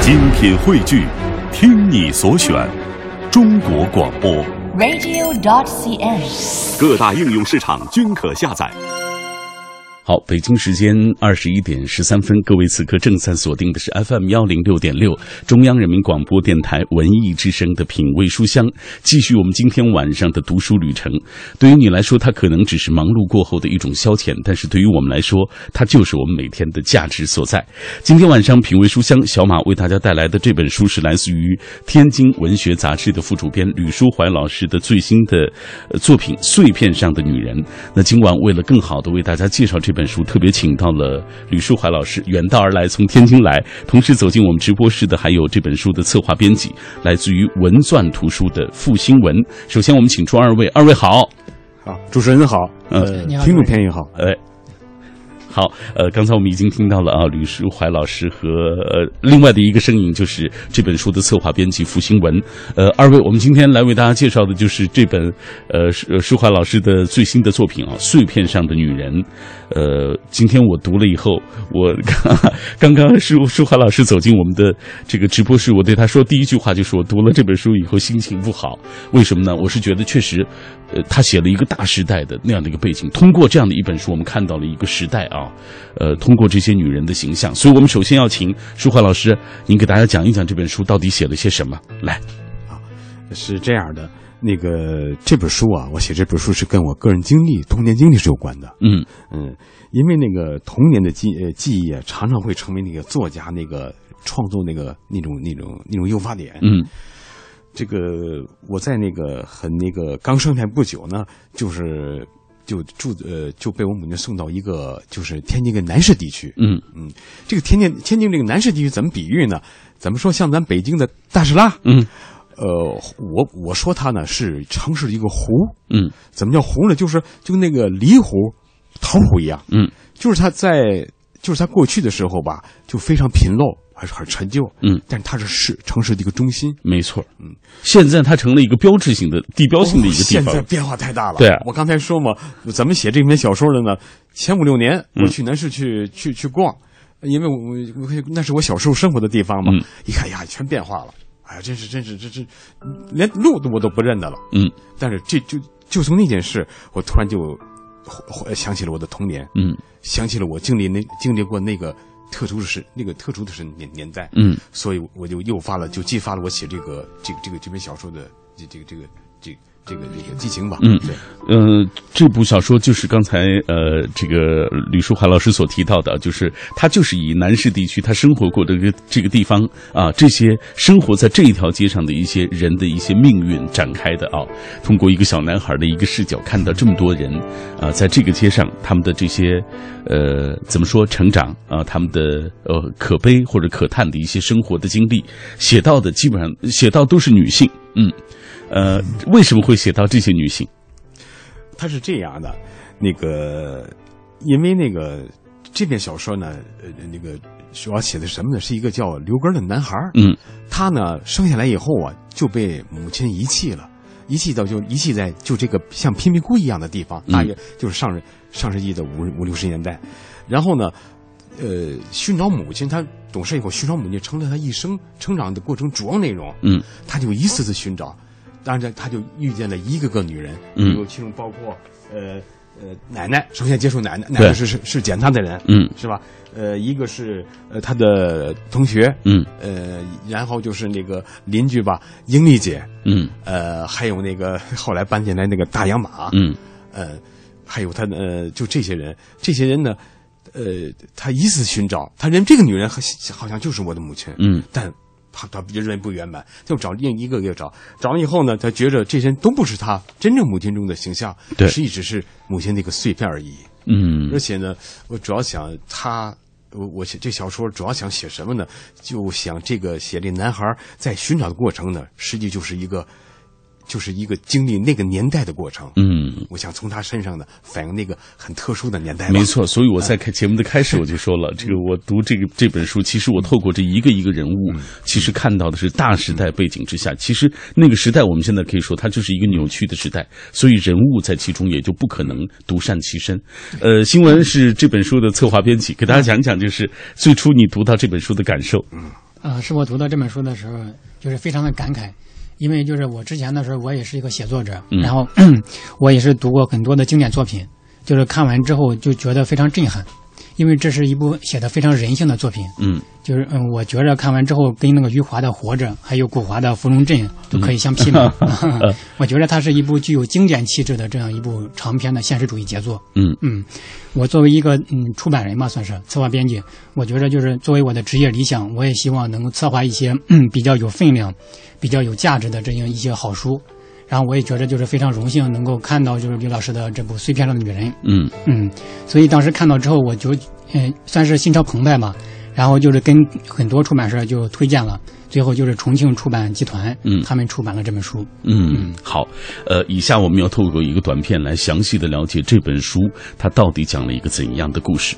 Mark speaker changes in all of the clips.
Speaker 1: 精品汇聚，听你所选，中国广播
Speaker 2: radio.cn，
Speaker 1: 各大应用市场均可下载。好，北京时间21:13，各位此刻正在锁定的是 FM106.6 中央人民广播电台文艺之声的品味书香，继续我们今天晚上的读书旅程。对于你来说，它可能只是忙碌过后的一种消遣，但是对于我们来说，它就是我们每天的价值所在。今天晚上品味书香，小马为大家带来的这本书是来自于天津文学杂志的副主编吕书怀老师的最新的作品《碎片上的女人》。那今晚为了更好的为大家介绍这本书，特别请到了吕书怀老师远道而来，从天津来，同时走进我们直播室的还有这本书的策划编辑，来自于文钻图书的傅新文。首先我们请出二位好。
Speaker 3: 好，主持人好，听众朋友好，
Speaker 1: 好，刚才我们已经听到了啊，吕书怀老师和另外的一个声音就是这本书的策划编辑傅新文。二位，我们今天来为大家介绍的就是这本书怀老师的最新的作品啊，《碎片上的女人》。今天我读了以后，我刚刚书怀老师走进我们的这个直播室，我对他说第一句话就是我读了这本书以后心情不好。为什么呢？我是觉得确实，他写了一个大时代的那样的一个背景，通过这样的一本书，我们看到了一个时代啊。通过这些女人的形象，所以我们首先要请书怀老师，您给大家讲一讲这本书到底写了些什么。来，
Speaker 3: 是这样的，那个这本书啊，我写这本书是跟我个人经历、童年经历是有关的。因为那个童年的记忆啊，常常会成为那个作家那个创作那种诱发点。这个我在那个刚生下不久呢，就被我母亲送到一个就是天津一个南市地区。这个天津这个南市地区怎么比喻呢？怎么说像咱北京的大石蜡？我说它呢是城市的一个湖。怎么叫湖呢？就那个梨湖、桃湖一样。就是它过去的时候吧，就非常贫陋，还是很陈旧。但是它是城市的一个中心。
Speaker 1: 没错。现在它成了一个标志性的、地标性的一个地方。
Speaker 3: 现在变化太大了。
Speaker 1: 对啊，
Speaker 3: 我刚才说嘛，怎么写这篇小说的呢？前5、6年，我去南市去逛，因为我那是我小时候生活的地方嘛。一看呀，全变化了。哎呀，真是，连路我都不认得了。但是就从那件事，我突然就想起了我的童年。想起了我经历过那个特殊的年代。所以我就激发了我写这本小说的这个激情吧。
Speaker 1: 这部小说就是刚才这个吕书怀老师所提到的，就是他就是以南市地区他生活过的这个地方啊，这些生活在这一条街上的一些人的一些命运展开的啊，通过一个小男孩的一个视角，看到这么多人啊，在这个街上他们的这些怎么说成长啊，他们的可悲或者可叹的一些生活的经历，写到的基本上都是女性。为什么会写到这些女性？
Speaker 3: 他是这样的，因为这篇小说呢，主要写的什么呢？是一个叫刘根的男孩。他呢生下来以后啊，就被母亲遗弃了，遗弃在这个像贫民窟一样的地方，大约就是上世纪的50、60年代。然后呢，寻找母亲，他懂事以后寻找母亲，成了他一生成长的过程主要内容。他就一次次寻找。当然，他就遇见了一个个女人，其中包括奶奶，首先接触奶奶是捡他的人，是吧？一个是他的同学，然后就是那个邻居吧，英丽姐，还有那个后来搬进来那个大洋马，还有他就这些人呢，他一次寻找，他认这个女人好像就是我的母亲，但他认为不圆满，就找另一个找了以后呢，他觉着这些人都不是他真正母亲中的形象，实际只是母亲的一个碎片而已。而且呢，我主要想我写这小说主要想写什么呢？就想写这男孩在寻找的过程呢，实际就是一个经历那个年代的过程。我想从他身上呢反映那个很特殊的年代。
Speaker 1: 没错，所以我在节目的开始我就说了，这个我读这本书，其实我透过这一个人物，其实看到的是大时代背景之下，其实那个时代我们现在可以说它就是一个扭曲的时代，所以人物在其中也就不可能独善其身。新闻是这本书的策划编辑，给大家讲讲就是最初你读到这本书的感受。
Speaker 2: 是我读到这本书的时候，就是非常的感慨，因为就是我之前的时候，我也是一个写作者，然后我也是读过很多的经典作品，就是看完之后就觉得非常震撼，因为这是一部写的非常人性的作品。就是我觉着看完之后跟那个余华的《活着》还有古华的《芙蓉镇》都可以相媲美。我觉得它是一部具有经典气质的这样一部长篇的现实主义杰作。我作为一个出版人嘛，算是策划编辑，我觉得就是作为我的职业理想，我也希望能够策划一些比较有分量、比较有价值的这样一些好书。然后我也觉得就是非常荣幸能够看到就是吕老师的这部《碎片上的女人》。所以当时看到之后，我就算是心潮澎湃吧。然后就是跟很多出版社就推荐了，最后就是重庆出版集团，他们出版了这本书。
Speaker 1: 好，以下我们要透过一个短片来详细的了解这本书，它到底讲了一个怎样的故事。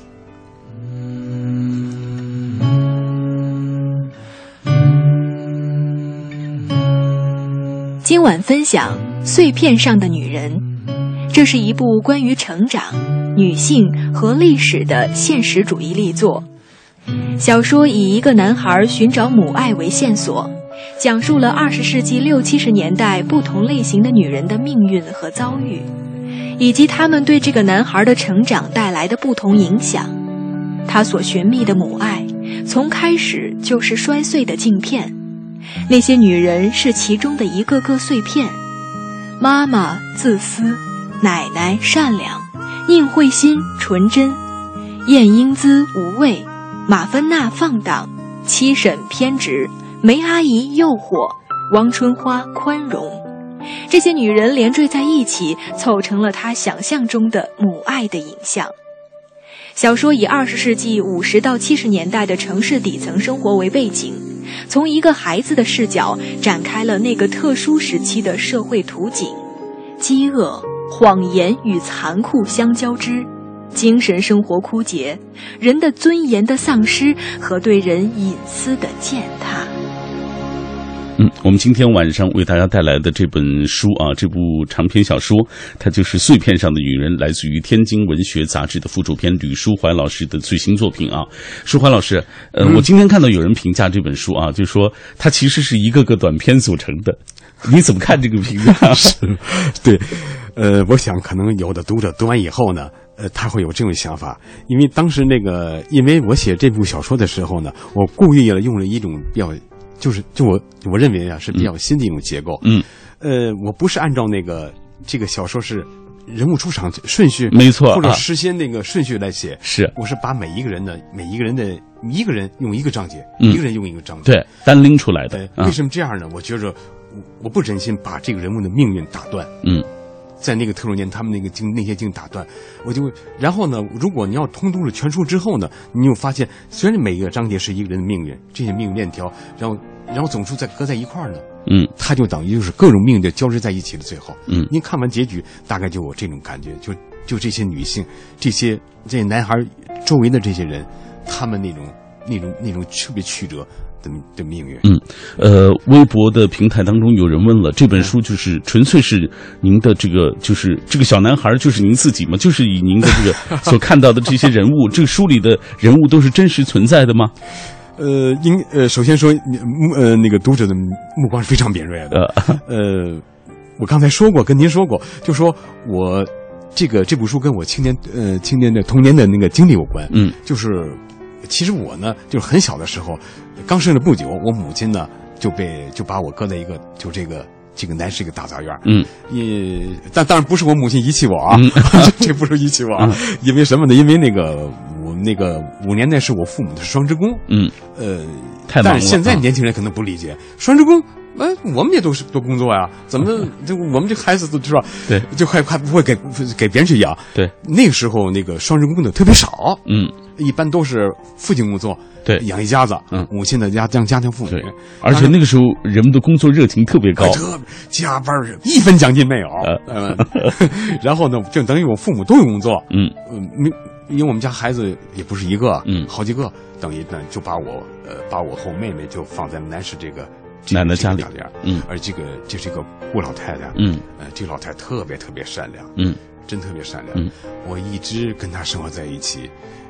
Speaker 4: 今晚分享《碎片上的女人》，这是一部关于成长、女性和历史的现实主义力作。小说以一个男孩寻找母爱为线索，讲述了20世纪60、70年代不同类型的女人的命运和遭遇，以及她们对这个男孩的成长带来的不同影响。他所寻觅的母爱，从开始就是摔碎的镜片，那些女人是其中的一个个碎片。妈妈自私，奶奶善良，宁慧欣纯真，晏英姿无畏，马芬娜放荡，七婶偏执，梅阿姨诱惑，王春花宽容。这些女人连缀在一起，凑成了她想象中的母爱的影像。小说以20世纪50到70年代的城市底层生活为背景，从一个孩子的视角展开了那个特殊时期的社会图景，饥饿、谎言与残酷相交织，精神生活枯竭，人的尊严的丧失和对人隐私的践踏。
Speaker 1: 我们今天晚上为大家带来的这本书啊，这部长篇小说，它就是《碎片上的女人》，来自于天津文学杂志的副主编吕书怀老师的最新作品啊。书怀老师，我今天看到有人评价这本书啊，就说它其实是一个个短篇组成的，你怎么看这个评价？
Speaker 3: 是，对，我想可能有的读者读完以后呢，他会有这种想法，因为当时因为我写这部小说的时候呢，我故意用了一种比较。我认为啊是比较新的一种结构。我不是按照这个小说是人物出场顺序，
Speaker 1: 没错，
Speaker 3: 或者事先那个顺序来写，
Speaker 1: 是
Speaker 3: 我是把每一个人一个人用一个章节，一个人用一个章节，
Speaker 1: 对，单拎出来的。
Speaker 3: 为什么这样呢？我觉着我不忍心把这个人物的命运打断。在那个特殊年，他们那些经打断，然后呢，如果你要通读了全书之后呢，你又发现，虽然每一个章节是一个人的命运，这些命运链条，然后总数再搁在一块儿呢，它就等于就是各种命运的交织在一起的最后，您看完结局，大概就有这种感觉，就这些女性，这些男孩周围的这些人，他们那种特别曲折的命运。
Speaker 1: 微博的平台当中有人问了，这本书就是纯粹是您的就是这个小男孩就是您自己吗？就是以您的这个所看到的这些人物，这个书里的人物都是真实存在的吗？
Speaker 3: 首先说，那个读者的目光是非常敏锐的。我刚才跟您说过，就说我这部书跟我青年的童年的那个经历有关。就是其实我呢，就是很小的时候，刚生了不久，我母亲呢就把我搁在一个这个南市一个大杂院。但当然不是我母亲遗弃我啊，这不是遗弃我啊，因为什么呢？因为我们5年代是我父母的双职工。
Speaker 1: 太忙了。
Speaker 3: 但是现在年轻人可能不理解双职工。我们也都工作呀，怎么我们这孩子都是吧？对，就还不会给别人去养。对，那个时候那个双职工的特别少。一般都是父亲工作，对，养一家子。母亲的家庭妇女。
Speaker 1: 而且那个时候人们的工作热情特别高，
Speaker 3: 加班1分奖金没有。然后呢，就等于我父母都有工作。因为我们家孩子也不是一个，好几个，等于呢就把我和我妹妹就放在南市这个
Speaker 1: 奶奶家里。
Speaker 3: 而这是一个顾老太太。这个老太太特别特别善良。真特别善良。我一直跟她生活在一起。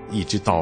Speaker 3: 一直到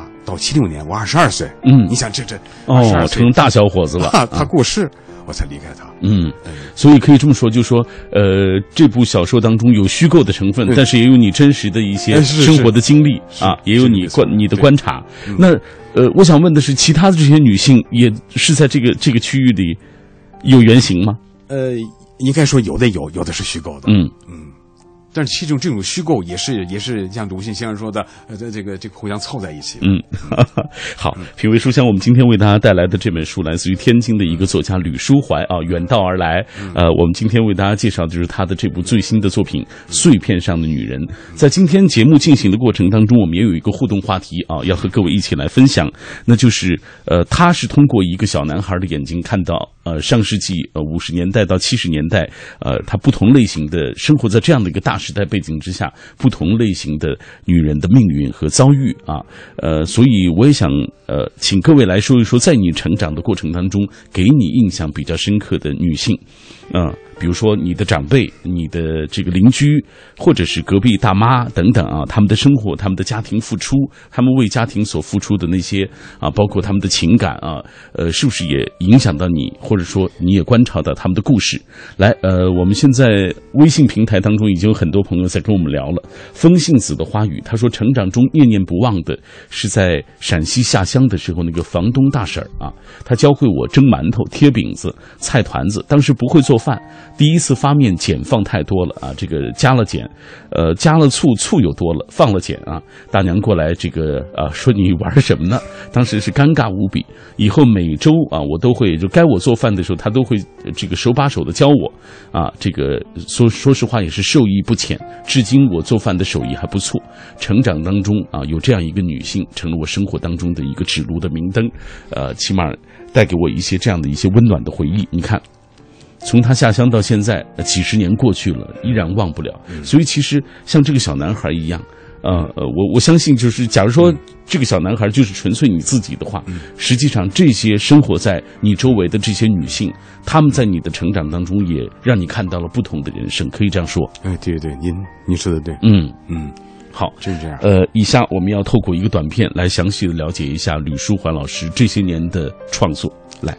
Speaker 3: 76年，我22岁。你想这
Speaker 1: 成大小伙子了。
Speaker 3: 他过世，我才离开他。
Speaker 1: 所以可以这么说，就说这部小说当中有虚构的成分，但是也有你真实的一些生活的经历也有你的观察。那我想问的是，其他的这些女性也是在这个区域里有原型吗？
Speaker 3: 应该说有的的是虚构的。但是其中这种虚构也是像鲁迅先生说的，这个互相凑在一起。
Speaker 1: 好，品味书香，我们今天为大家带来的这本书来自于天津的一个作家吕书怀远道而来。我们今天为大家介绍的就是他的这部最新的作品《碎片上的女人》。在今天节目进行的过程当中，我们也有一个互动话题要和各位一起来分享，那就是他是通过一个小男孩的眼睛看到上世纪50年代到70年代他不同类型的生活在这样的一个大时代背景之下，不同类型的女人的命运和遭遇所以我也想请各位来说一说，在你成长的过程当中，给你印象比较深刻的女性比如说你的长辈、你的这个邻居，或者是隔壁大妈等等他们的生活、他们的家庭付出，他们为家庭所付出的那些包括他们的情感是不是也影响到你，或者说你也观察到他们的故事？来，我们现在微信平台当中已经有很多朋友在跟我们聊了。风信子的花语，他说成长中念念不忘的是在陕西下乡的时候，那个房东大婶他教会我蒸馒头、贴饼子、菜团子，当时不会做饭。第一次发面碱放太多了这个加了碱，加了醋，醋又多了，放了碱大娘过来这个说你玩什么呢？当时是尴尬无比。以后每周我都会，就该我做饭的时候，她都会这个手把手的教我这个说实话也是受益不浅，至今我做饭的手艺还不错。成长当中有这样一个女性，成了我生活当中的一个指路的明灯，起码带给我一些这样的一些温暖的回忆。你看。从他下乡到现在几十年过去了，依然忘不了。所以其实像这个小男孩一样我相信就是假如说这个小男孩就是纯粹你自己的话，实际上这些生活在你周围的这些女性，她们在你的成长当中也让你看到了不同的人生，可以这样说。
Speaker 3: 对，您说的对。
Speaker 1: 好，
Speaker 3: 就是这样。
Speaker 1: 以下我们要透过一个短片来详细的了解一下吕书怀老师这些年的创作。来，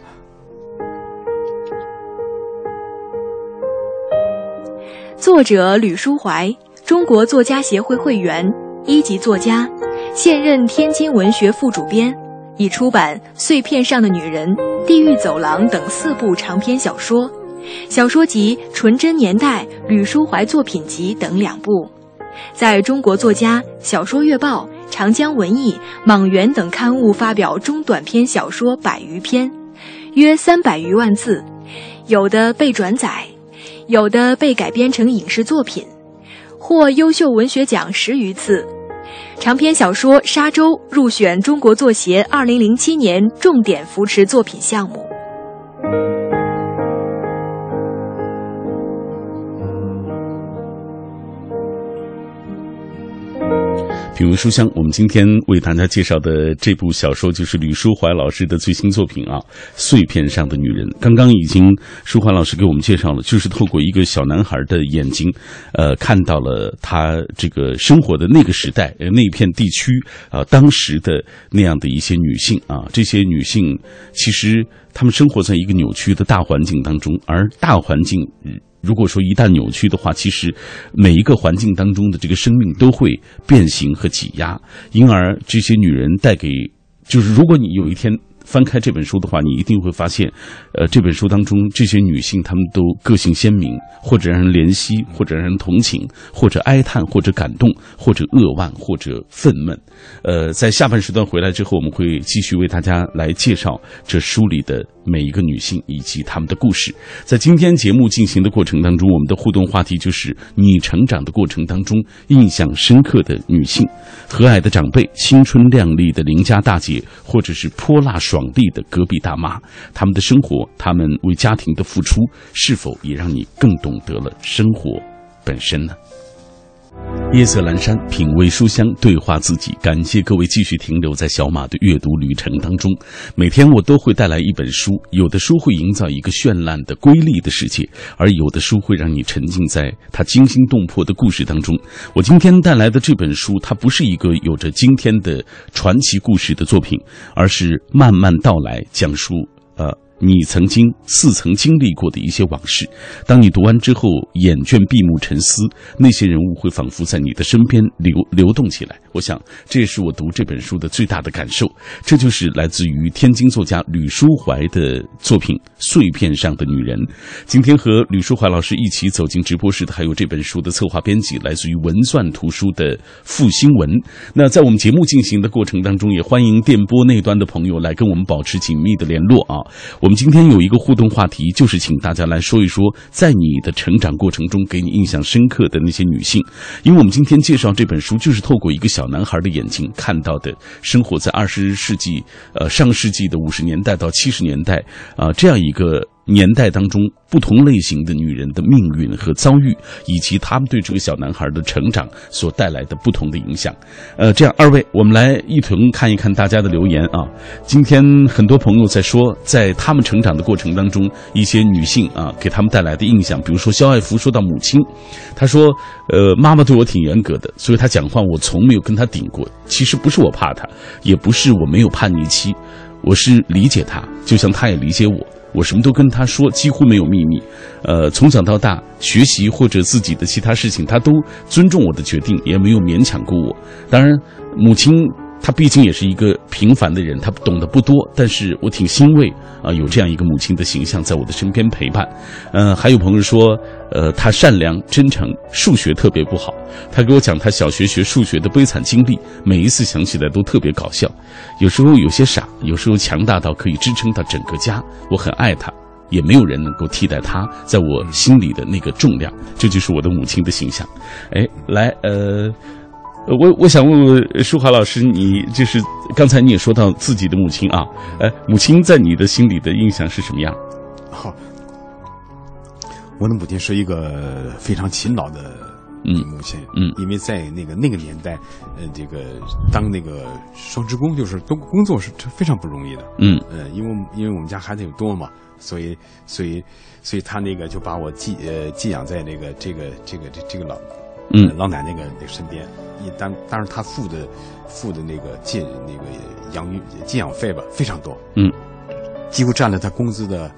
Speaker 4: 作者吕书怀，中国作家协会会员，1级作家，现任天津文学副主编，已出版《碎片上的女人》《地狱走廊》等4部长篇小说，小说集《纯真年代》《吕书怀作品集》等2部，在中国作家、小说月报、长江文艺、莽原等刊物发表中短篇小说100余篇，约300余万字，有的被转载，有的被改编成影视作品，获优秀文学奖10余次。长篇小说《沙洲》入选中国作协2007年重点扶持作品项目。
Speaker 1: 品味书香，我们今天为大家介绍的这部小说就是吕书怀老师的最新作品《碎片上的女人》。刚刚已经书怀老师给我们介绍了，就是透过一个小男孩的眼睛看到了他这个生活的那个时代那片地区当时的那样的一些女性这些女性其实她们生活在一个扭曲的大环境当中，而大环境如果说一旦扭曲的话，其实每一个环境当中的这个生命都会变形和挤压，因而这些女人带给，就是如果你有一天翻开这本书的话，你一定会发现这本书当中这些女性她们都个性鲜明，或者让人怜惜，或者让人同情，或者哀叹，或者感动，或者扼腕，或者愤懑。在下半时段回来之后，我们会继续为大家来介绍这书里的每一个女性以及她们的故事。在今天节目进行的过程当中，我们的互动话题就是你成长的过程当中印象深刻的女性，和蔼的长辈，青春靓丽的邻家大姐，或者是泼辣爽利的隔壁大妈，她们的生活，她们为家庭的付出，是否也让你更懂得了生活本身呢？ 夜色阑珊，品味书香，对话自己。感谢各位继续停留在小马的阅读旅程当中。每天我都会带来一本书，有的书会营造一个绚烂的瑰丽的世界，而有的书会让你沉浸在它惊心动魄的故事当中。我今天带来的这本书，它不是一个有着惊天的传奇故事的作品，而是慢慢道来，讲述你曾经历过的一些往事。当你读完之后，眼倦闭目沉思，那些人物会仿佛在你的身边流动起来。我想这也是我读这本书的最大的感受。这就是来自于天津作家吕书怀的作品《碎片上的女人》。今天和吕书怀老师一起走进直播室的还有这本书的策划编辑，来自于文算图书的付新文。那在我们节目进行的过程当中，也欢迎电波那端的朋友来跟我们保持紧密的联络啊。我们今天有一个互动话题，就是请大家来说一说在你的成长过程中给你印象深刻的那些女性。因为我们今天介绍这本书，就是透过一个小男孩的眼睛看到的生活在20世纪上世纪的50年代到70年代这样一个年代当中不同类型的女人的命运和遭遇，以及她们对这个小男孩的成长所带来的不同的影响。这样二位，我们来一同看一看大家的留言啊。今天很多朋友在说，在他们成长的过程当中，一些女性给他们带来的印象。比如说肖爱福说到母亲，他说妈妈对我挺严格的，所以她讲话我从没有跟她顶过。其实不是我怕她，也不是我没有叛逆期，我是理解她，就像她也理解我。我什么都跟他说，几乎没有秘密。从小到大，学习或者自己的其他事情，他都尊重我的决定，也没有勉强过我。当然，母亲她毕竟也是一个平凡的人，她懂得不多，但是我挺欣慰有这样一个母亲的形象在我的身边陪伴。还有朋友说，她善良真诚，数学特别不好。她给我讲她小学学数学的悲惨经历，每一次想起来都特别搞笑。有时候有些傻，有时候强大到可以支撑到整个家。我很爱她，也没有人能够替代她在我心里的那个重量。这就是我的母亲的形象。来我想问问书华老师，你就是刚才你也说到自己的母亲啊，母亲在你的心里的印象是什么样？
Speaker 3: 好，我的母亲是一个非常勤劳的母亲，因为在那个年代，这个当那个双职工就是工作是非常不容易的，因为我们家孩子有多嘛，所以他那个就把我寄养在这个老奶奶那个身边。当然他付的那个寄养费吧非常多，几乎占了他工资的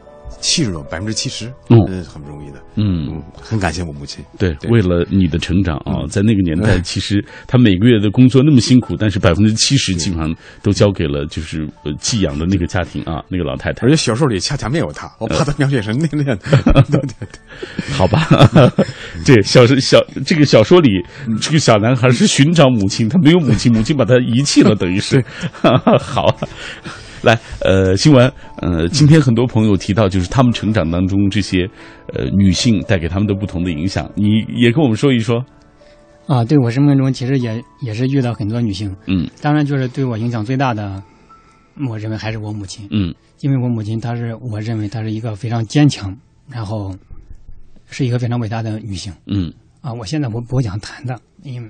Speaker 3: 70%，很不容易的。很感谢我母亲。对，
Speaker 1: 为了你的成长在那个年代，其实他每个月的工作那么辛苦，但是70%基本上都交给了就是寄养的那个家庭那个老太太。
Speaker 3: 而且小说里恰恰没有他，我怕他描写成那样的。对，
Speaker 1: 好吧。这个小说里，这个小男孩是寻找母亲，他没有母亲，母亲把他遗弃了，等于是。好。来，新闻，今天很多朋友提到，就是他们成长当中这些女性带给他们的不同的影响，你也跟我们说一说。
Speaker 2: 对，我生命中其实也是遇到很多女性，当然就是对我影响最大的，我认为还是我母亲，因为我母亲我认为她是一个非常坚强，然后是一个非常伟大的女性，我现在我不想谈的，因为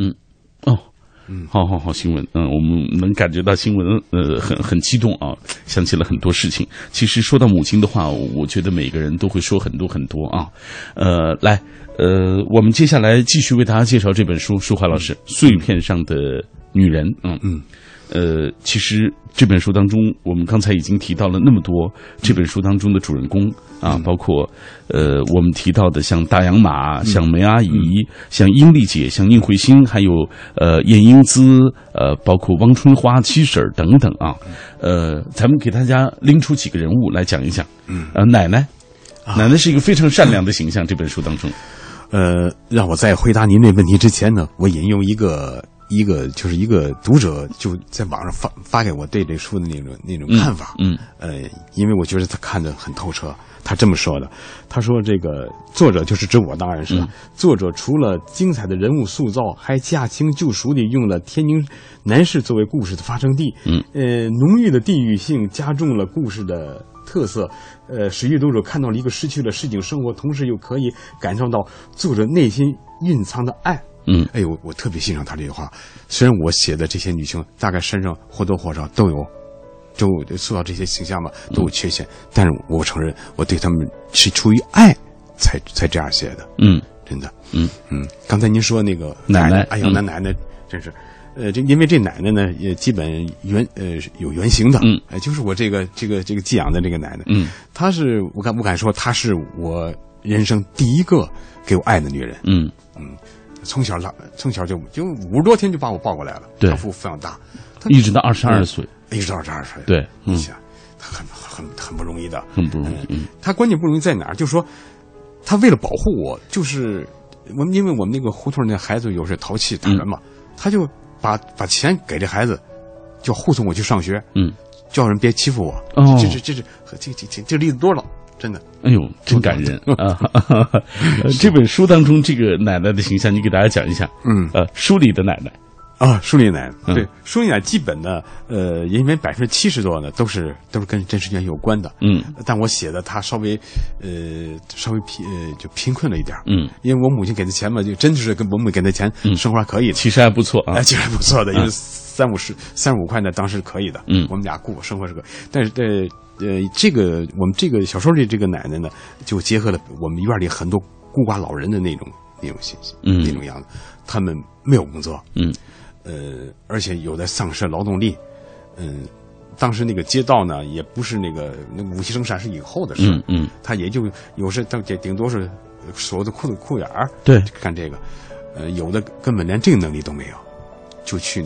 Speaker 1: 好，新闻，我们能感觉到新闻，很激动啊，想起了很多事情。其实说到母亲的话，我觉得每个人都会说很多很多啊。来，我们接下来继续为大家介绍这本书，书华老师《碎片上的女人》。其实这本书当中，我们刚才已经提到了那么多这本书当中的主人公包括我们提到的像大洋马、像梅阿姨、像英丽姐、像宁慧欣，还有晏英姿，包括汪春花、七婶等等咱们给大家拎出几个人物来讲一讲。奶奶是一个非常善良的形象，这本书当中。
Speaker 3: 让我在回答您那问题之前呢，我引用一个读者就在网上发给我对这书的那种看法，因为我觉得他看得很透彻。他这么说的，他说这个作者就是指我，当然是作者除了精彩的人物塑造，还驾轻就熟地用了天津南市作为故事的发生地，浓郁的地域性加重了故事的特色，使阅读者看到了一个失去了市井生活，同时又可以感受到作者内心蕴藏的爱。哎呦，我特别欣赏他这句话。虽然我写的这些女性大概身上或多或少都有塑造这些形象嘛，都有缺陷，但是我承认我对他们是出于爱才这样写的。真的。刚才您说那个
Speaker 1: 奶奶，
Speaker 3: 哎呀，那奶奶真是。因为这奶奶呢，也基本有原型的，就是我这个寄养的这个奶奶，她是我敢说，她是我人生第一个给我爱的女人，从小就50多天就把我抱过来了，
Speaker 1: 对，
Speaker 3: 她腹非常大，
Speaker 1: 一直到22岁，
Speaker 3: 一直到22岁，
Speaker 1: 对，
Speaker 3: 你想，很不容易的，
Speaker 1: 很不容易，
Speaker 3: 她关键不容易在哪儿？就是说，她为了保护我，就是因为我们那个胡同那孩子有时淘气打人嘛，她就把钱给这孩子，就护送我去上学，叫人别欺负我。这例子多了，真的。
Speaker 1: 哎呦，真感人啊！这本书当中这个奶奶的形象，你给大家讲一下。书里的奶奶
Speaker 3: 啊，书里奶奶，对，书里奶奶基本呢，因为70%多呢都是跟真实原有关的。但我写的她稍微贫困了一点。因为我母亲给的钱嘛，就真的是跟我母亲给的钱，生活还可以的，
Speaker 1: 其实还不错啊，
Speaker 3: 其实还不错的，因为35块呢，当时可以的。我们俩生活是个，但是我们这个小说里这个奶奶呢，就结合了我们院里很多孤寡老人的那种信息，那种样子，他们没有工作，而且有的丧失劳动力，当时那个街道呢，也不是那五七生产是以后的事，他也就有时顶多是所谓的裤眼儿，
Speaker 1: 对，
Speaker 3: 干这个，有的根本连这个能力都没有，就去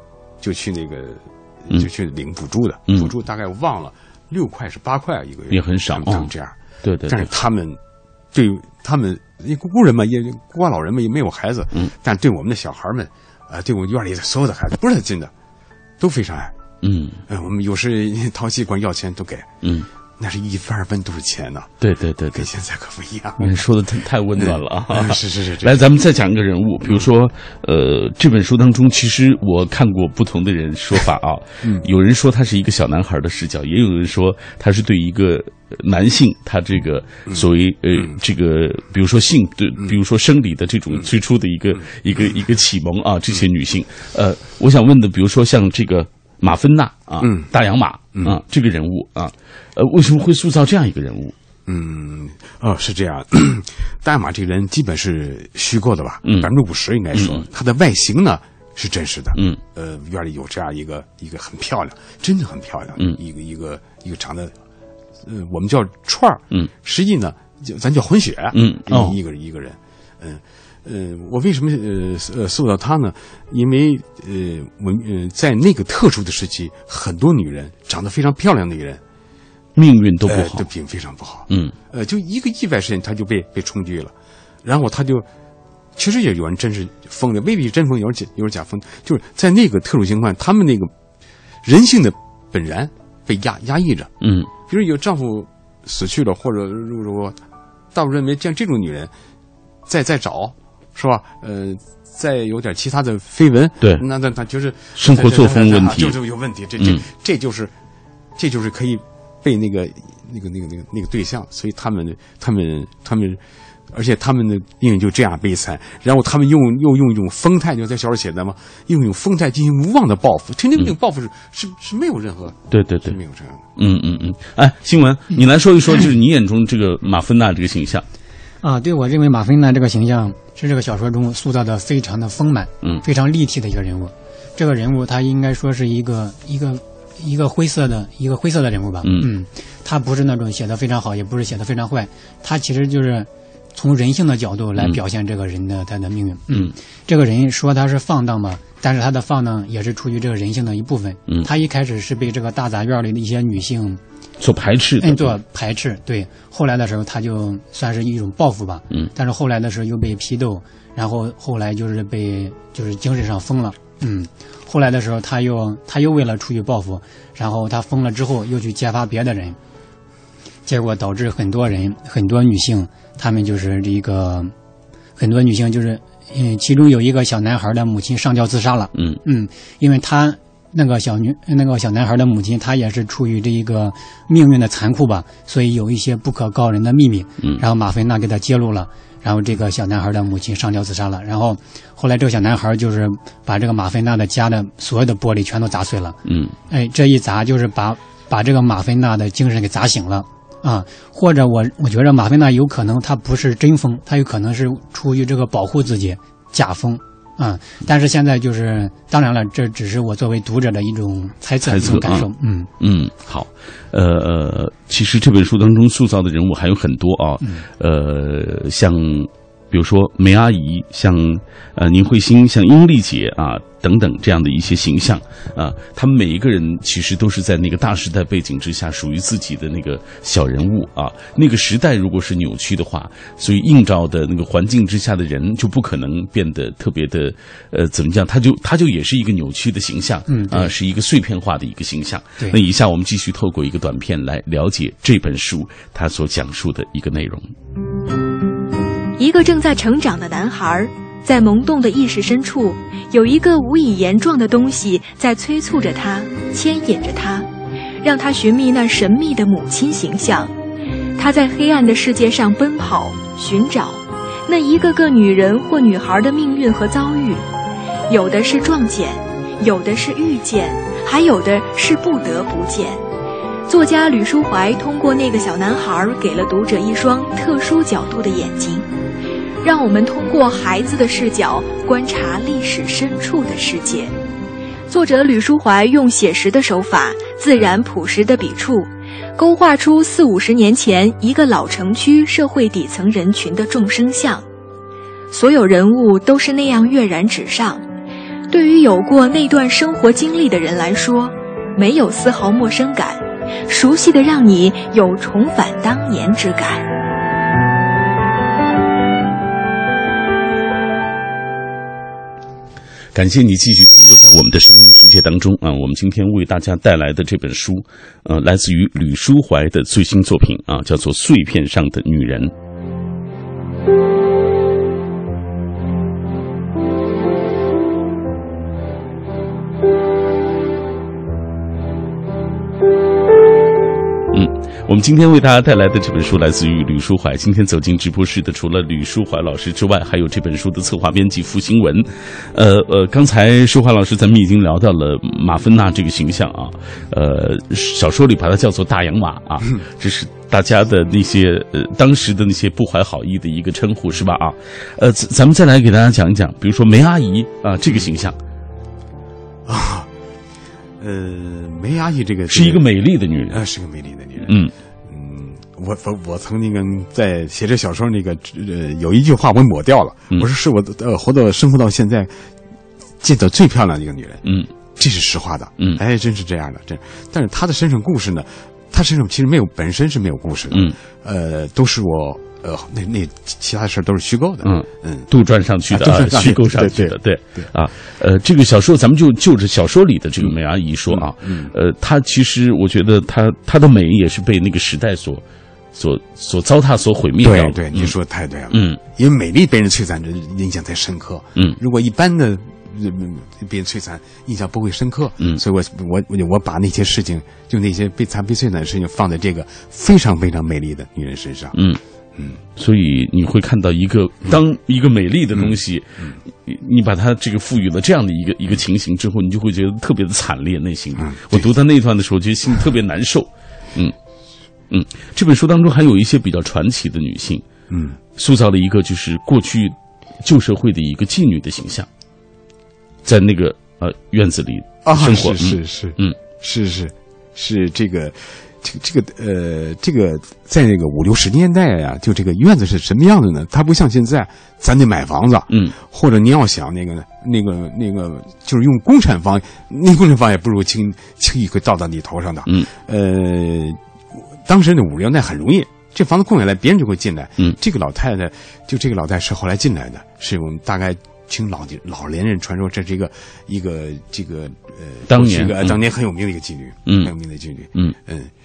Speaker 3: 领补助的，补助大概我忘了6块是8块一个月，
Speaker 1: 也很少，
Speaker 3: 他们这样，
Speaker 1: 对，
Speaker 3: 但是他们对他们孤人嘛，也孤寡老人嘛，也没有孩子，但对我们的小孩们。对我们院里的所有的孩子，不是他近的，都非常爱。我们有时淘气管要钱都给。那是1分2分都是钱呢。
Speaker 1: 对，
Speaker 3: 跟现在可不一样。
Speaker 1: 你说的太温暖了啊！
Speaker 3: 是。
Speaker 1: 来，咱们再讲一个人物，比如说，这本书当中，其实我看过不同的人说法啊。有人说他是一个小男孩的视角，也有人说他是对一个男性，他这个所谓这个，比如说性，对，比如说生理的这种最初的一个启蒙啊，这些女性，我想问的，比如说像这个马芬娜啊，大洋马啊，这个人物啊，为什么会塑造这样一个人物？
Speaker 3: 是这样。大洋马这个人基本是虚构的吧，50%应该说，他的外形呢是真实的。院里有这样一个很漂亮，真的很漂亮，一个长得，我们叫串儿，实际呢咱叫混血，一个人，我为什么塑造他呢？因为在那个特殊的时期，很多女人长得非常漂亮的女人，
Speaker 1: 命运都不好，
Speaker 3: 都非常不好。就一个意外事件，她就被冲击了，然后她就其实也有人真是疯的，未必真疯，有人假疯，就是在那个特殊情况，他们那个人性的本然被压抑着。比如有丈夫死去了，或者如果大陆认为像这种女人再找。是吧？再有点其他的绯闻，
Speaker 1: 对，
Speaker 3: 那就是
Speaker 1: 生活作风问题，
Speaker 3: 就是有问题。这就是可以被那个对象，所以他们，而且他们的命运就这样悲惨。然后他们又用一种疯态，就在小说写的嘛，用一种疯态进行无望的报复。那种报复是没有任何，
Speaker 1: 对，
Speaker 3: 是没有这样
Speaker 1: 的。哎，新闻，你来说一说，就是你眼中这个马芬娜这个形象。
Speaker 2: 对，我认为马芬娜这个形象是这个小说中塑造的非常的丰满，非常立体的一个人物。这个人物他应该说是一个灰色的人物吧。他不是那种写的非常好，也不是写的非常坏，他其实就是从人性的角度来表现这个人的他的命运。这个人说他是放荡吧，但是他的放荡也是出于这个人性的一部分。他一开始是被这个大杂院里的一些女性
Speaker 1: 所排斥的，
Speaker 2: 做排斥，对。后来的时候，他就算是一种报复吧，但是后来的时候又被批斗，然后后来就是精神上疯了，后来的时候他又为了出于报复，然后他疯了之后又去揭发别的人，结果导致很多女性，他们就是很多女性就是，其中有一个小男孩的母亲上吊自杀了，因为他那个小男孩的母亲，她也是出于这一个命运的残酷吧，所以有一些不可告人的秘密，然后马菲娜给他揭露了，然后这个小男孩的母亲上吊自杀了，然后后来这个小男孩就是把这个马菲娜的家的所有的玻璃全都砸碎了，这一砸就是把这个马菲娜的精神给砸醒了啊，或者我觉得马菲娜有可能她不是真疯，她有可能是出于这个保护自己假疯。但是现在就是当然了，这只是我作为读者的一种猜测一种感受。
Speaker 1: 好，其实这本书当中塑造的人物还有很多啊，像比如说梅阿姨，像宁慧欣，像殷丽姐啊等等这样的一些形象啊，他们每一个人其实都是在那个大时代背景之下属于自己的那个小人物啊。那个时代如果是扭曲的话，所以映照的那个环境之下的人就不可能变得特别的怎么讲，他就也是一个扭曲的形象，是一个碎片化的一个形象。那以下我们继续透过一个短片来了解这本书它所讲述的一个内容。
Speaker 4: 一个正在成长的男孩，在萌动的意识深处，有一个无以言状的东西在催促着他，牵引着他，让他寻觅那神秘的母亲形象。他在黑暗的世界上奔跑，寻找那一个个女人或女孩的命运和遭遇，有的是撞见，有的是遇见，还有的是不得不见。作家吕书怀通过那个小男孩给了读者一双特殊角度的眼睛，让我们通过孩子的视角观察历史深处的世界。作者吕书怀用写实的手法，自然朴实的笔触，勾画出40-50年前一个老城区社会底层人群的众生相。所有人物都是那样跃然纸上，对于有过那段生活经历的人来说，没有丝毫陌生感，熟悉的让你有重返当年之感。
Speaker 1: 感谢你继续停留在我们的声音世界当中啊！我们今天为大家带来的这本书，来自于吕书怀的最新作品啊，叫做《碎片上的女人》。我们今天为大家带来的这本书来自于吕书怀。今天走进直播室的除了吕书怀老师之外，还有这本书的策划编辑付新文。刚才书怀老师咱们已经聊到了马芬娜这个形象啊，小说里把它叫做大洋马啊，这是大家的那些当时的那些不怀好意的一个称呼是吧啊？咱们再来给大家讲一讲，比如说梅阿姨啊这个形象
Speaker 3: 啊。梅阿姨这个
Speaker 1: 是一个美丽的女人，
Speaker 3: 是个美丽的女人。我曾经在写这小说那个有一句话我抹掉了，我说是我生活到现在见到最漂亮的一个女人。这是实话的。真是这样的，但是她的身上故事呢，她身上其实本身是没有故事的。都是我那其他的事都是虚构的。
Speaker 1: 杜撰上去的，虚构上去的。对啊，这个小说咱们就着小说里的这个梅阿姨说啊，她其实我觉得她的美也是被那个时代所糟蹋、所毁灭掉的。
Speaker 3: 对，你说的太对了。因为美丽被人摧残，印象才深刻。如果一般的被人摧残，印象不会深刻。所以我把那些事情，就那些被摧残的事情，放在这个非常非常美丽的女人身上。
Speaker 1: 所以你会看到一个美丽的东西，你把它这个赋予了这样的一个情形之后，你就会觉得特别的惨烈，内心。我读到那一段的时候，觉得心里特别难受。这本书当中还有一些比较传奇的女性，塑造了一个就是过去旧社会的一个妓女的形象，在那个院子里生活。
Speaker 3: 是这个在那个50-60年代呀，就这个院子是什么样子呢？它不像现在，咱得买房子，或者你要想那个，就是用公产房，那公产房也不如轻易会倒到你头上的。当时那50-60年代很容易，这房子空下来，别人就会进来。这个老太太是后来进来的，是我们大概听老年人传说，这是一个
Speaker 1: 当年
Speaker 3: 很有名的一个妓女，很有名的妓女。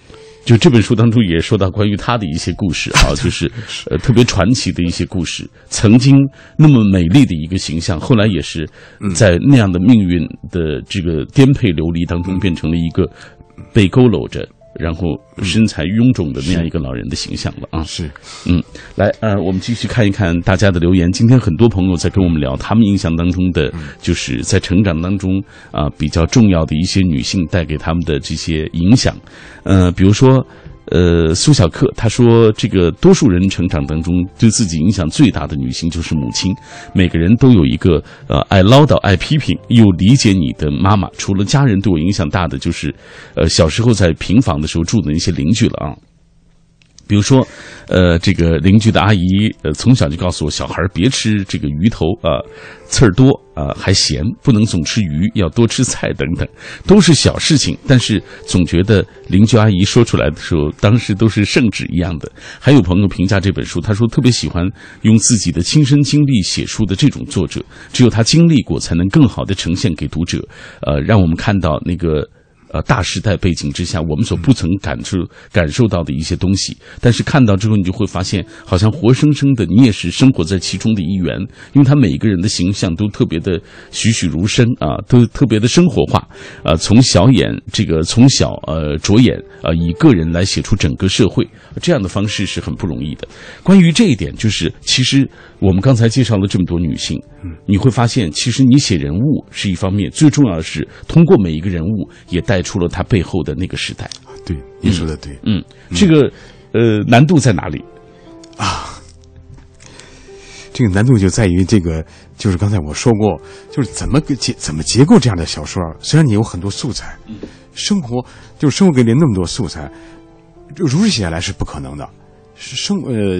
Speaker 1: 就这本书当中也说到关于他的一些故事啊，就是特别传奇的一些故事。曾经那么美丽的一个形象，后来也是在那样的命运的这个颠沛流离当中，变成了一个被佝偻着，然后身材臃肿的那样一个老人的形象了啊。
Speaker 3: 是，
Speaker 1: 来，我们继续看一看大家的留言。今天很多朋友在跟我们聊他们印象当中的，就是在成长当中比较重要的一些女性带给他们的这些影响。比如说苏小克他说，这个多数人成长当中对自己影响最大的女性就是母亲，每个人都有一个爱唠叨爱批评又理解你的妈妈。除了家人对我影响大的，就是小时候在平房的时候住的那些邻居了啊。比如说这个邻居的阿姨从小就告诉我，小孩别吃这个鱼头刺儿多还咸，不能总吃鱼，要多吃菜等等，都是小事情，但是总觉得邻居阿姨说出来的时候，当时都是圣旨一样的。还有朋友评价这本书，他说特别喜欢用自己的亲身经历写书的这种作者，只有他经历过，才能更好的呈现给读者，让我们看到那个大时代背景之下我们所不曾感受到的一些东西，但是看到之后你就会发现，好像活生生的你也是生活在其中的一员，因为他每一个人的形象都特别的栩栩如生都特别的生活化从小着眼以个人来写出整个社会，这样的方式是很不容易的。关于这一点，就是其实我们刚才介绍了这么多女性，你会发现其实你写人物是一方面，最重要的是通过每一个人物也带出了他背后的那个时代。
Speaker 3: 对，你说的对。
Speaker 1: 这个难度在哪里
Speaker 3: 啊？这个难度就在于这个，就是刚才我说过，就是怎么结构这样的小说。虽然你有很多素材，生活给你那么多素材，就如实写下来是不可能的。生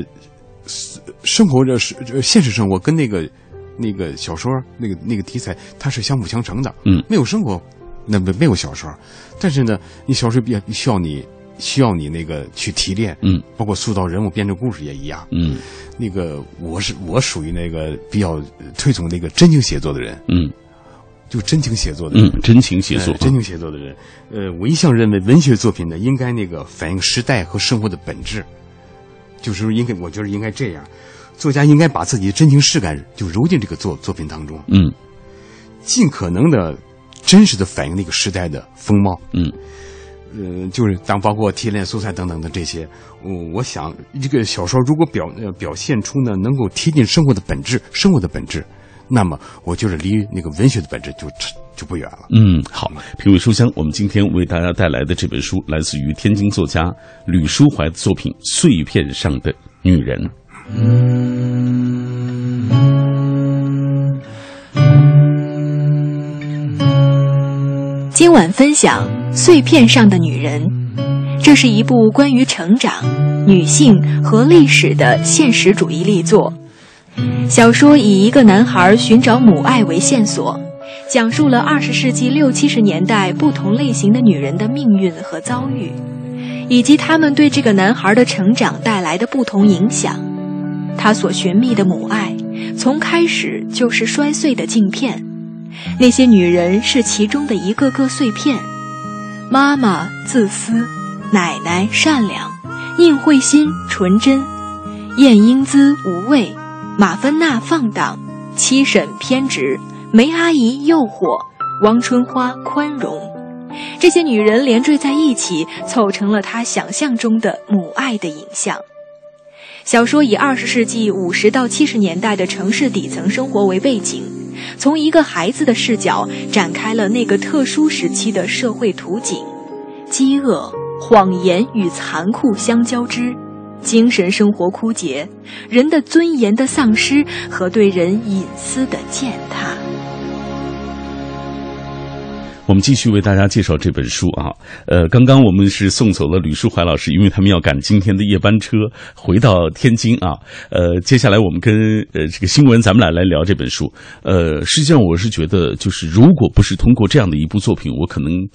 Speaker 3: 活现实生活跟那个小说那个题材它是相辅相成的。没有生活，那没有小说。但是呢，你小说需要你那个去提炼，包括塑造人物、编织故事也一样。那个我属于那个比较推崇那个真情写作的人。就真情写作的人，
Speaker 1: 真情写作，
Speaker 3: 真情写作的人。我一向认为文学作品呢，应该那个反映时代和生活的本质，就是我觉得应该这样。作家应该把自己的真情实感就揉进这个作品当中，尽可能的真实的反映那个时代的风貌，就是包括提炼素材等等的这些，我想这个小说如果表现出呢能够贴近生活的本质，那么我觉得离那个文学的本质就不远了。
Speaker 1: 好，品味书香，我们今天为大家带来的这本书来自于天津作家吕书怀的作品《碎片上的女人》。
Speaker 4: 今晚分享《碎片上的女人》，这是一部关于成长、女性和历史的现实主义力作。小说以一个男孩寻找母爱为线索，讲述了20世纪60、70年代不同类型的女人的命运和遭遇，以及她们对这个男孩的成长带来的不同影响。他所寻觅的母爱，从开始就是摔碎的镜片，那些女人是其中的一个个碎片。妈妈自私，奶奶善良，宁慧欣纯真，晏英姿无畏，马芬娜放荡，七婶偏执，梅阿姨诱惑，王春花宽容。这些女人连缀在一起，凑成了她想象中的母爱的影像。小说以20世纪50到70年代的城市底层生活为背景，从一个孩子的视角展开了那个特殊时期的社会图景，饥饿、谎言与残酷相交织，精神生活枯竭，人的尊严的丧失和对人隐私的践踏。
Speaker 1: 我们继续为大家介绍这本书啊。刚刚我们是送走了吕书怀老师，因为他们要赶今天的夜班车回到天津啊。接下来我们跟这个新闻咱们来聊这本书。实际上我是觉得，就是如果不是通过这样的一部作品，我可能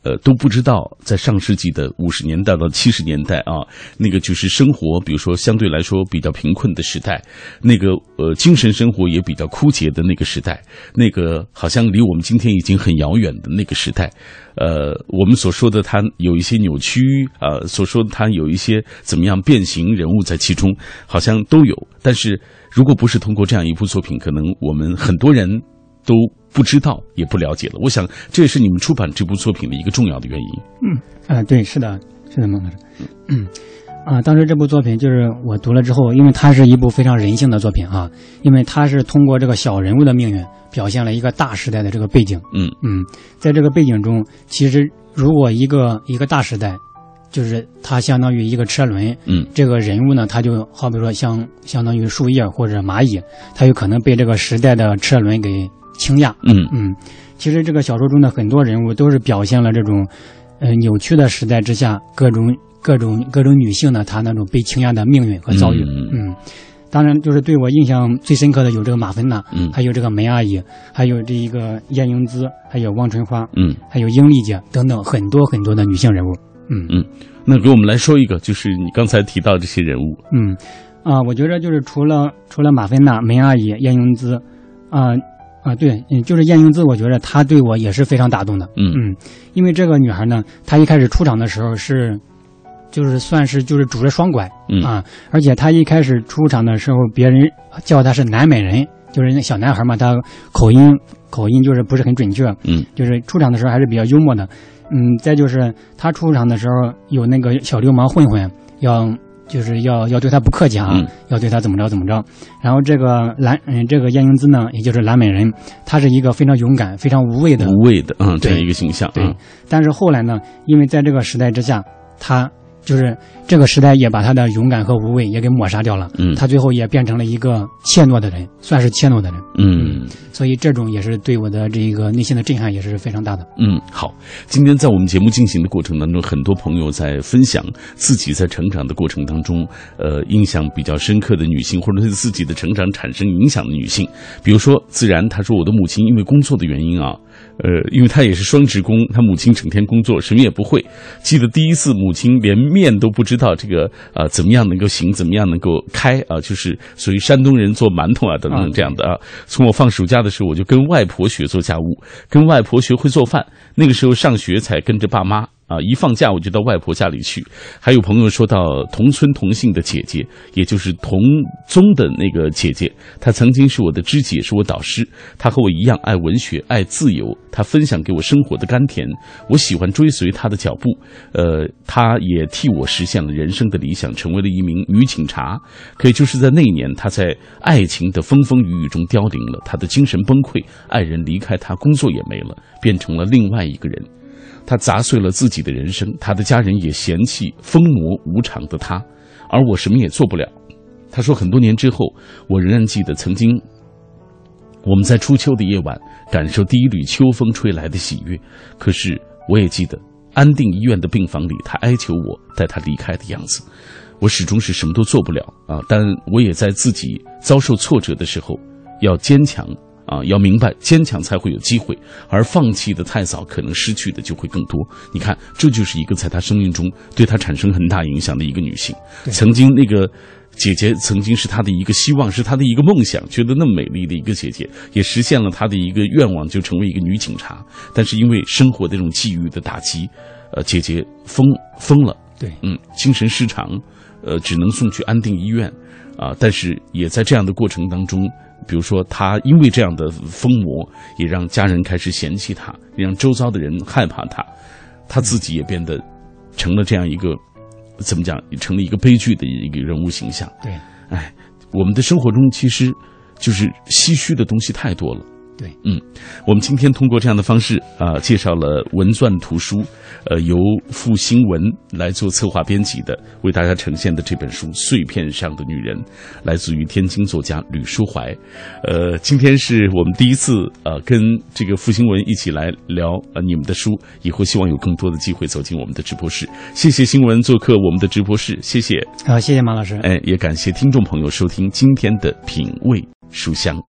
Speaker 1: 都不知道，在上世纪的50年代到70年代啊，那个就是生活，比如说相对来说比较贫困的时代，那个精神生活也比较枯竭的那个时代，那个好像离我们今天已经很遥远的那个时代，我们所说的它有一些扭曲所说的它有一些怎么样变形人物在其中，好像都有。但是如果不是通过这样一部作品，可能我们很多人都不知道也不了解了。我想这也是你们出版这部作品的一个重要的原因。
Speaker 2: 对，是的，孟老师。当时这部作品就是我读了之后，因为它是一部非常人性的作品啊，因为它是通过这个小人物的命运表现了一个大时代的这个背景。在这个背景中，其实如果一个大时代，就是它相当于一个车轮，这个人物呢，他就好比说相当于树叶或者蚂蚁，他有可能被这个时代的车轮给倾轧。其实这个小说中的很多人物都是表现了这种扭曲的时代之下各种女性呢，她那种被倾轧的命运和遭遇。当然就是对我印象最深刻的有这个马芬娜，还有这个梅阿姨，还有这一个燕英姿，还有汪春花，还有英丽姐等等很多很多的女性人物。
Speaker 1: 那给我们来说一个，就是你刚才提到这些人物。
Speaker 2: 我觉得就是除了马芬娜、梅阿姨、燕英姿，对，就是燕英姿，我觉得她对我也是非常打动的。因为这个女孩呢，她一开始出场的时候就是算是就是拄着双拐而且她一开始出场的时候，别人叫她是南美人，就是那小男孩嘛，她口音就是不是很准确。就是出场的时候还是比较幽默的。再就是她出场的时候，有那个小流氓混混要对他不客气要对他怎么着。然后这个燕英姿呢，也就是蓝美人，她是一个非常勇敢、非常无畏的
Speaker 1: 这样一个形象。
Speaker 2: 对，但是后来呢，因为在这个时代之下，她就是这个时代也把她的勇敢和无畏也给抹杀掉了。她最后也变成了一个怯懦的人，算是怯懦的人。所以这种也是对我的这个内心的震撼也是非常大的。
Speaker 1: 好，今天在我们节目进行的过程当中，很多朋友在分享自己在成长的过程当中，印象比较深刻的女性，或者对自己的成长产生影响的女性。比如说自然，她说我的母亲因为工作的原因因为她也是双职工，她母亲整天工作，什么也不会。记得第一次母亲连面都不知道这个怎么样能够行，怎么样能够开就是属于山东人做馒头等等这样的从我放暑假的时候，我就跟外婆学做家务，跟外婆学会做饭。那个时候上学才跟着爸妈一放假我就到外婆家里去。还有朋友说到同村同姓的姐姐，也就是同宗的那个姐姐，她曾经是我的知己，是我导师。她和我一样爱文学，爱自由，她分享给我生活的甘甜，我喜欢追随她的脚步。她也替我实现了人生的理想，成为了一名女警察。可以就是在那一年，她在爱情的风风雨雨中凋零了，她的精神崩溃，爱人离开她，工作也没了，变成了另外一个人。他砸碎了自己的人生，他的家人也嫌弃疯魔无常的他，而我什么也做不了。他说很多年之后，我仍然记得曾经我们在初秋的夜晚感受第一缕秋风吹来的喜悦，可是我也记得安定医院的病房里他哀求我带他离开的样子。我始终是什么都做不了但我也在自己遭受挫折的时候要坚强要明白坚强才会有机会，而放弃的太早，可能失去的就会更多。你看，这就是一个在她生命中对她产生很大影响的一个女性。曾经那个姐姐曾经是她的一个希望，是她的一个梦想，觉得那么美丽的一个姐姐也实现了她的一个愿望，就成为一个女警察。但是因为生活的这种际遇的打击，姐姐疯了，精神失常，只能送去安定医院但是也在这样的过程当中，比如说他因为这样的疯魔，也让家人开始嫌弃他，让周遭的人害怕他，他自己也变得成了这样一个怎么讲，成了一个悲剧的一个人物形象。
Speaker 2: 对，
Speaker 1: 我们的生活中其实就是唏嘘的东西太多了。
Speaker 2: 对，
Speaker 1: 我们今天通过这样的方式介绍了文钻图书，由傅兴文来做策划编辑的，为大家呈现的这本书《碎片上的女人》，来自于天津作家吕书怀。今天是我们第一次跟这个傅兴文一起来聊你们的书，以后希望有更多的机会走进我们的直播室。谢谢兴文做客我们的直播室，谢谢。
Speaker 2: 谢谢马老师。
Speaker 1: 也感谢听众朋友收听今天的品味书香。